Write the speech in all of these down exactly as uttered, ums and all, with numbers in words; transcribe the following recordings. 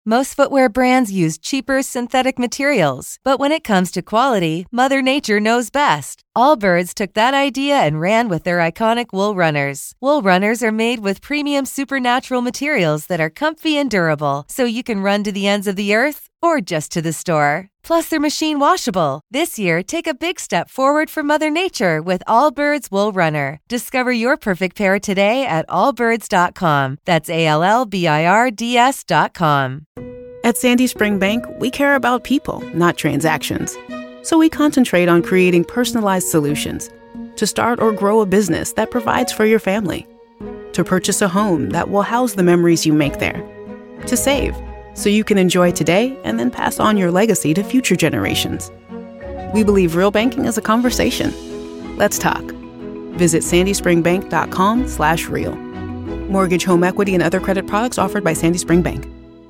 Most footwear brands use cheaper synthetic materials, but when it comes to quality, Mother Nature knows best. Allbirds took that idea and ran with their iconic Wool Runners. Wool Runners are made with premium supernatural materials that are comfy and durable, so you can run to the ends of the earth or just to the store. Plus, they're machine washable. This year, take a big step forward for Mother Nature with Allbirds Wool Runner. Discover your perfect pair today at allbirds dot com. That's A L L B I R D S dot com. At Sandy Spring Bank, we care about people, not transactions. So we concentrate on creating personalized solutions to start or grow a business that provides for your family, to purchase a home that will house the memories you make there, to save so you can enjoy today and then pass on your legacy to future generations. We believe real banking is a conversation. Let's talk. Visit sandy spring bank dot com slash real. Mortgage, home equity, and other credit products offered by Sandy Spring Bank.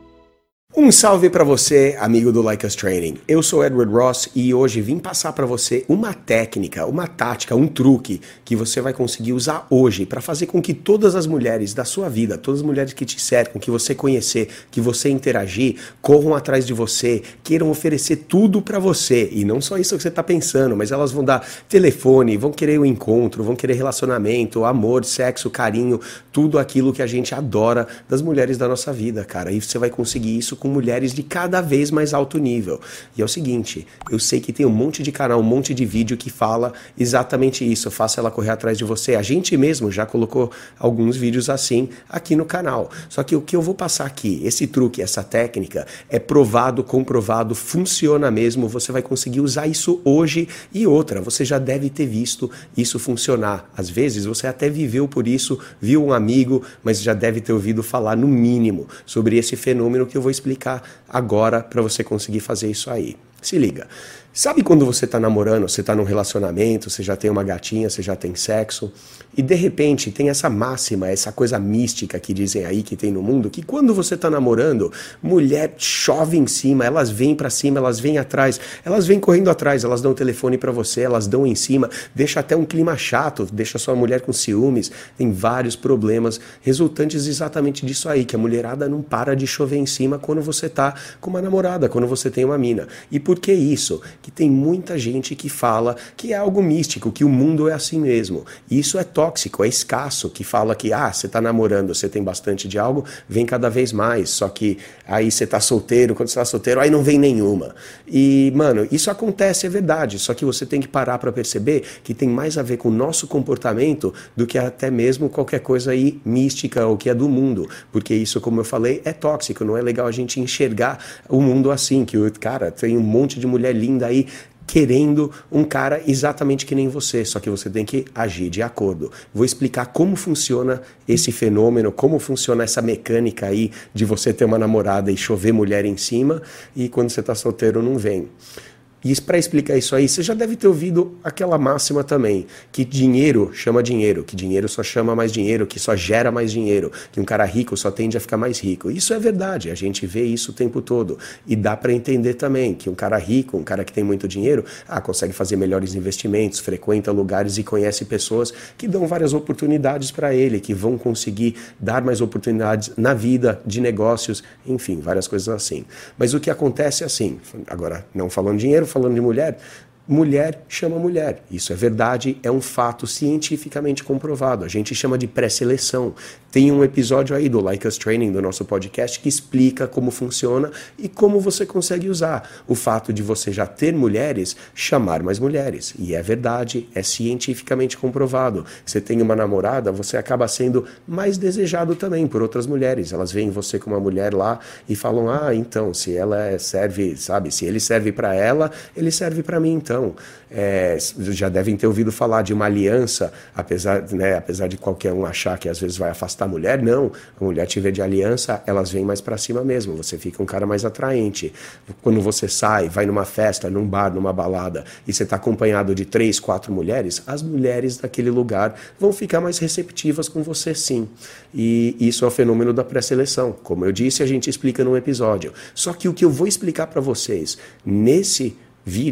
Um salve para você, amigo do Like Us Training. Eu sou Edward Ross e hoje vim passar para você uma técnica, uma tática, um truque que você vai conseguir usar hoje para fazer com que todas as mulheres da sua vida, todas as mulheres que te cercam, que você conhecer, que você interagir, corram atrás de você, queiram oferecer tudo para você. E não só isso que você está pensando, mas elas vão dar telefone, vão querer o encontro, vão querer relacionamento, amor, sexo, carinho, tudo aquilo que a gente adora das mulheres da nossa vida, cara. E você vai conseguir isso com mulheres de cada vez mais alto nível. E é o seguinte, eu sei que tem um monte de canal, um monte de vídeo que fala exatamente isso, faça ela correr atrás de você. A gente mesmo já colocou alguns vídeos assim aqui no canal. Só que o que eu vou passar aqui, esse truque, essa técnica, é provado, comprovado, funciona mesmo, você vai conseguir usar isso hoje. E outra, você já deve ter visto isso funcionar. Às vezes você até viveu por isso, viu um amigo, mas já deve ter ouvido falar no mínimo sobre esse fenômeno que eu vou explicar agora para você conseguir fazer isso aí. Se liga. Sabe quando você tá namorando, você tá num relacionamento, você já tem uma gatinha, você já tem sexo, e de repente tem essa máxima, essa coisa mística que dizem aí que tem no mundo, que quando você tá namorando, mulher chove em cima, elas vêm pra cima, elas vêm atrás, elas vêm correndo atrás, elas dão o telefone pra você, elas dão em cima, deixa até um clima chato, deixa sua mulher com ciúmes, tem vários problemas resultantes exatamente disso aí, que a mulherada não para de chover em cima quando você tá com uma namorada, quando você tem uma mina. E por que isso? Que tem muita gente que fala que é algo místico, que o mundo é assim mesmo. E isso é tóxico, é escasso, que fala que, ah, você tá namorando, você tem bastante de algo, vem cada vez mais. Só que aí você tá solteiro, quando você tá solteiro, aí não vem nenhuma. E, mano, isso acontece, é verdade. Só que você tem que parar pra perceber que tem mais a ver com o nosso comportamento do que até mesmo qualquer coisa aí mística ou que é do mundo. Porque isso, como eu falei, é tóxico. Não é legal a gente enxergar o mundo assim, que o cara tem um monte de mulher linda aí querendo um cara exatamente que nem você, só que você tem que agir de acordo. Vou explicar como funciona esse fenômeno, como funciona essa mecânica aí de você ter uma namorada e chover mulher em cima e quando você tá solteiro não vem. E para explicar isso aí, você já deve ter ouvido aquela máxima também, que dinheiro chama dinheiro, que dinheiro só chama mais dinheiro, que só gera mais dinheiro, que um cara rico só tende a ficar mais rico. Isso é verdade, a gente vê isso o tempo todo. E dá para entender também que um cara rico, um cara que tem muito dinheiro, ah, consegue fazer melhores investimentos, frequenta lugares e conhece pessoas que dão várias oportunidades para ele, que vão conseguir dar mais oportunidades na vida, de negócios, enfim, várias coisas assim. Mas o que acontece é assim, agora não falando de dinheiro, falando de mulher, mulher chama mulher. Isso é verdade, é um fato cientificamente comprovado. A gente chama de pré-seleção. Tem um episódio aí do Like Us Training, do nosso podcast, que explica como funciona e como você consegue usar o fato de você já ter mulheres, chamar mais mulheres. E é verdade, é cientificamente comprovado. Você tem uma namorada, você acaba sendo mais desejado também por outras mulheres. Elas veem você com uma mulher lá e falam, ah, então, se ela serve, sabe, se ele serve para ela, ele serve para mim então. É, já devem ter ouvido falar de uma aliança, apesar, né, apesar de qualquer um achar que às vezes vai afastar a mulher, não. A mulher te vê de aliança, elas vêm mais pra cima mesmo, você fica um cara mais atraente. Quando você sai, vai numa festa, num bar, numa balada, e você tá acompanhado de três, quatro mulheres, as mulheres daquele lugar vão ficar mais receptivas com você sim. E isso é o fenômeno da pré-seleção. Como eu disse, a gente explica num episódio. Só que o que eu vou explicar pra vocês nesse vídeo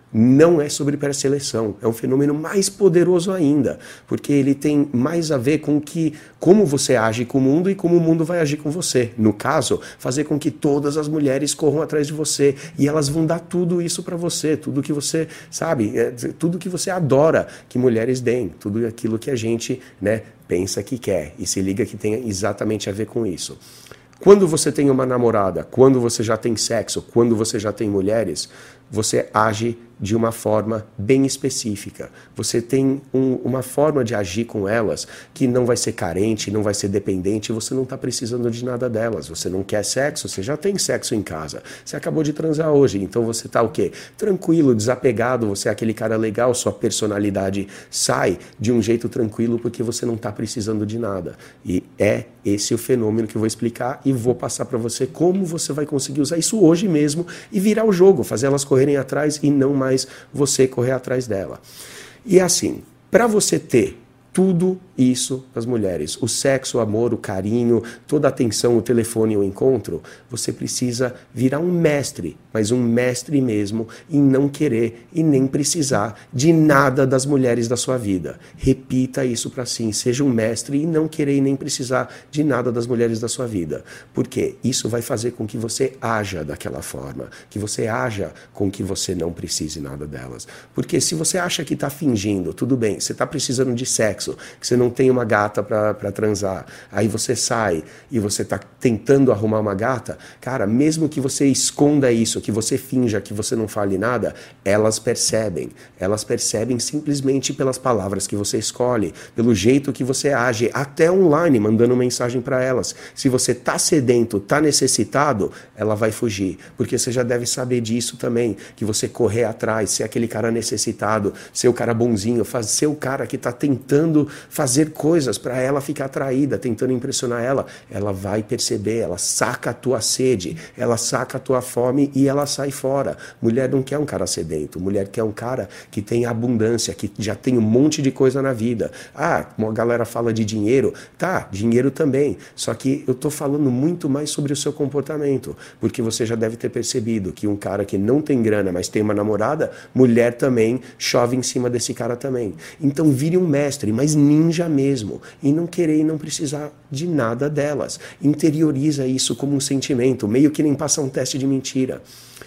não é sobre pré-seleção, é um fenômeno mais poderoso ainda, porque ele tem mais a ver com que, como você age com o mundo e como o mundo vai agir com você. No caso, fazer com que todas as mulheres corram atrás de você e elas vão dar tudo isso para você, tudo que você, sabe, é, tudo que você adora que mulheres deem, tudo aquilo que a gente, né, pensa que quer, e se liga que tem exatamente a ver com isso. Quando você tem uma namorada, quando você já tem sexo, quando você já tem mulheres, você age de uma forma bem específica. Você tem um, uma forma de agir com elas que não vai ser carente, não vai ser dependente, você não está precisando de nada delas. Você não quer sexo, você já tem sexo em casa. Você acabou de transar hoje, então você está o quê? Tranquilo, desapegado, você é aquele cara legal, sua personalidade sai de um jeito tranquilo porque você não está precisando de nada. E é esse o fenômeno que eu vou explicar e vou passar para você como você vai conseguir usar isso hoje mesmo e virar o jogo, fazer elas correrem atrás e não mais mais você correr atrás dela. E assim, para você ter tudo isso das mulheres, o sexo, o amor, o carinho, toda a atenção, o telefone, o encontro, você precisa virar um mestre, mas um mestre mesmo em não querer e nem precisar de nada das mulheres da sua vida. Repita isso para si, seja um mestre e não querer e nem precisar de nada das mulheres da sua vida. Porque isso vai fazer com que você haja daquela forma, que você haja com que você não precise nada delas. Porque se você acha que está fingindo, tudo bem, você está precisando de sexo, que você não tem uma gata para transar, aí você sai e você está tentando arrumar uma gata, cara, mesmo que você esconda isso, que você finja que você não fale nada, elas percebem. Elas percebem simplesmente pelas palavras que você escolhe, pelo jeito que você age, até online, mandando mensagem para elas. Se você está sedento, está necessitado, ela vai fugir, porque você já deve saber disso também, que você correr atrás, ser aquele cara necessitado, ser o cara bonzinho, ser o cara que está tentando fazer coisas para ela ficar atraída, tentando impressionar ela, ela vai perceber, ela saca a tua sede, ela saca a tua fome e ela sai fora. Mulher não quer um cara sedento, mulher quer um cara que tem abundância, que já tem um monte de coisa na vida. Ah, uma galera fala de dinheiro, tá, dinheiro também, só que eu tô falando muito mais sobre o seu comportamento, porque você já deve ter percebido que um cara que não tem grana, mas tem uma namorada, mulher também chove em cima desse cara também. Então vire um mestre, mas ninja mesmo, e não querer e não precisar de nada delas. Interioriza isso como um sentimento, meio que nem passa um teste de mentira.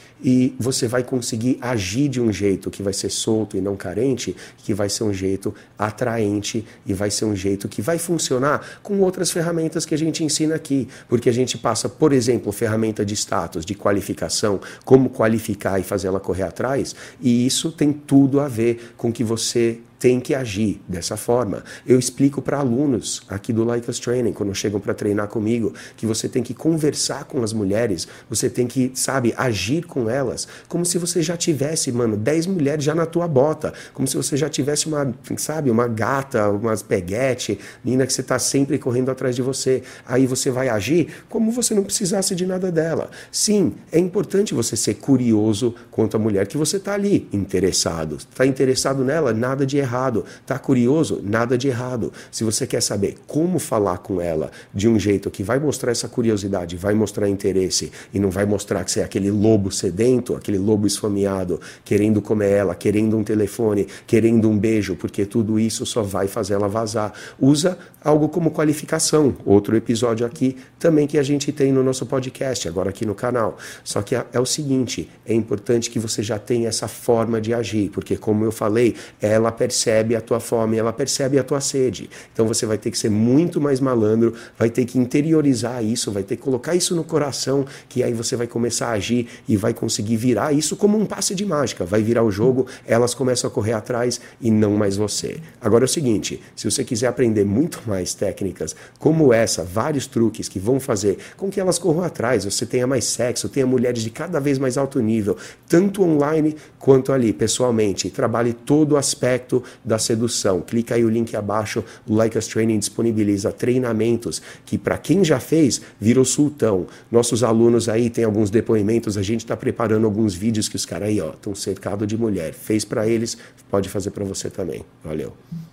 E você vai conseguir agir de um jeito que vai ser solto e não carente, que vai ser um jeito atraente e vai ser um jeito que vai funcionar com outras ferramentas que a gente ensina aqui. Porque a gente passa, por exemplo, ferramenta de status, de qualificação, como qualificar e fazer ela correr atrás, e isso tem tudo a ver com que você tem que agir dessa forma. Eu explico para alunos aqui do Like Us Training, quando chegam para treinar comigo, que você tem que conversar com as mulheres, você tem que, sabe, agir com elas, como se você já tivesse, mano, dez mulheres já na tua bota, como se você já tivesse uma, sabe, uma gata, umas peguete, menina que você está sempre correndo atrás de você. Aí você vai agir como você não precisasse de nada dela. Sim, é importante você ser curioso quanto à mulher que você está ali, interessado. Está interessado nela, nada de errado. Errado. Tá curioso? Nada de errado. Se você quer saber como falar com ela de um jeito que vai mostrar essa curiosidade, vai mostrar interesse e não vai mostrar que você é aquele lobo sedento, aquele lobo esfomeado, querendo comer ela, querendo um telefone, querendo um beijo, porque tudo isso só vai fazer ela vazar. Usa algo como qualificação. Outro episódio aqui também que a gente tem no nosso podcast, agora aqui no canal. Só que é o seguinte, é importante que você já tenha essa forma de agir, porque como eu falei, ela percebe percebe a tua fome, ela percebe a tua sede. Então você vai ter que ser muito mais malandro, vai ter que interiorizar isso, vai ter que colocar isso no coração, que aí você vai começar a agir e vai conseguir virar isso como um passe de mágica. Vai virar o jogo, elas começam a correr atrás e não mais você. Agora é o seguinte, se você quiser aprender muito mais técnicas como essa, vários truques que vão fazer com que elas corram atrás, você tenha mais sexo, tenha mulheres de cada vez mais alto nível, tanto online quanto ali, pessoalmente, trabalhe todo o aspecto da sedução. Clica aí o link abaixo, o Like Us Training disponibiliza treinamentos que para quem já fez, virou sultão. Nossos alunos aí tem alguns depoimentos, a gente está preparando alguns vídeos que os caras aí ó estão cercados de mulher. Fez para eles, pode fazer para você também. Valeu.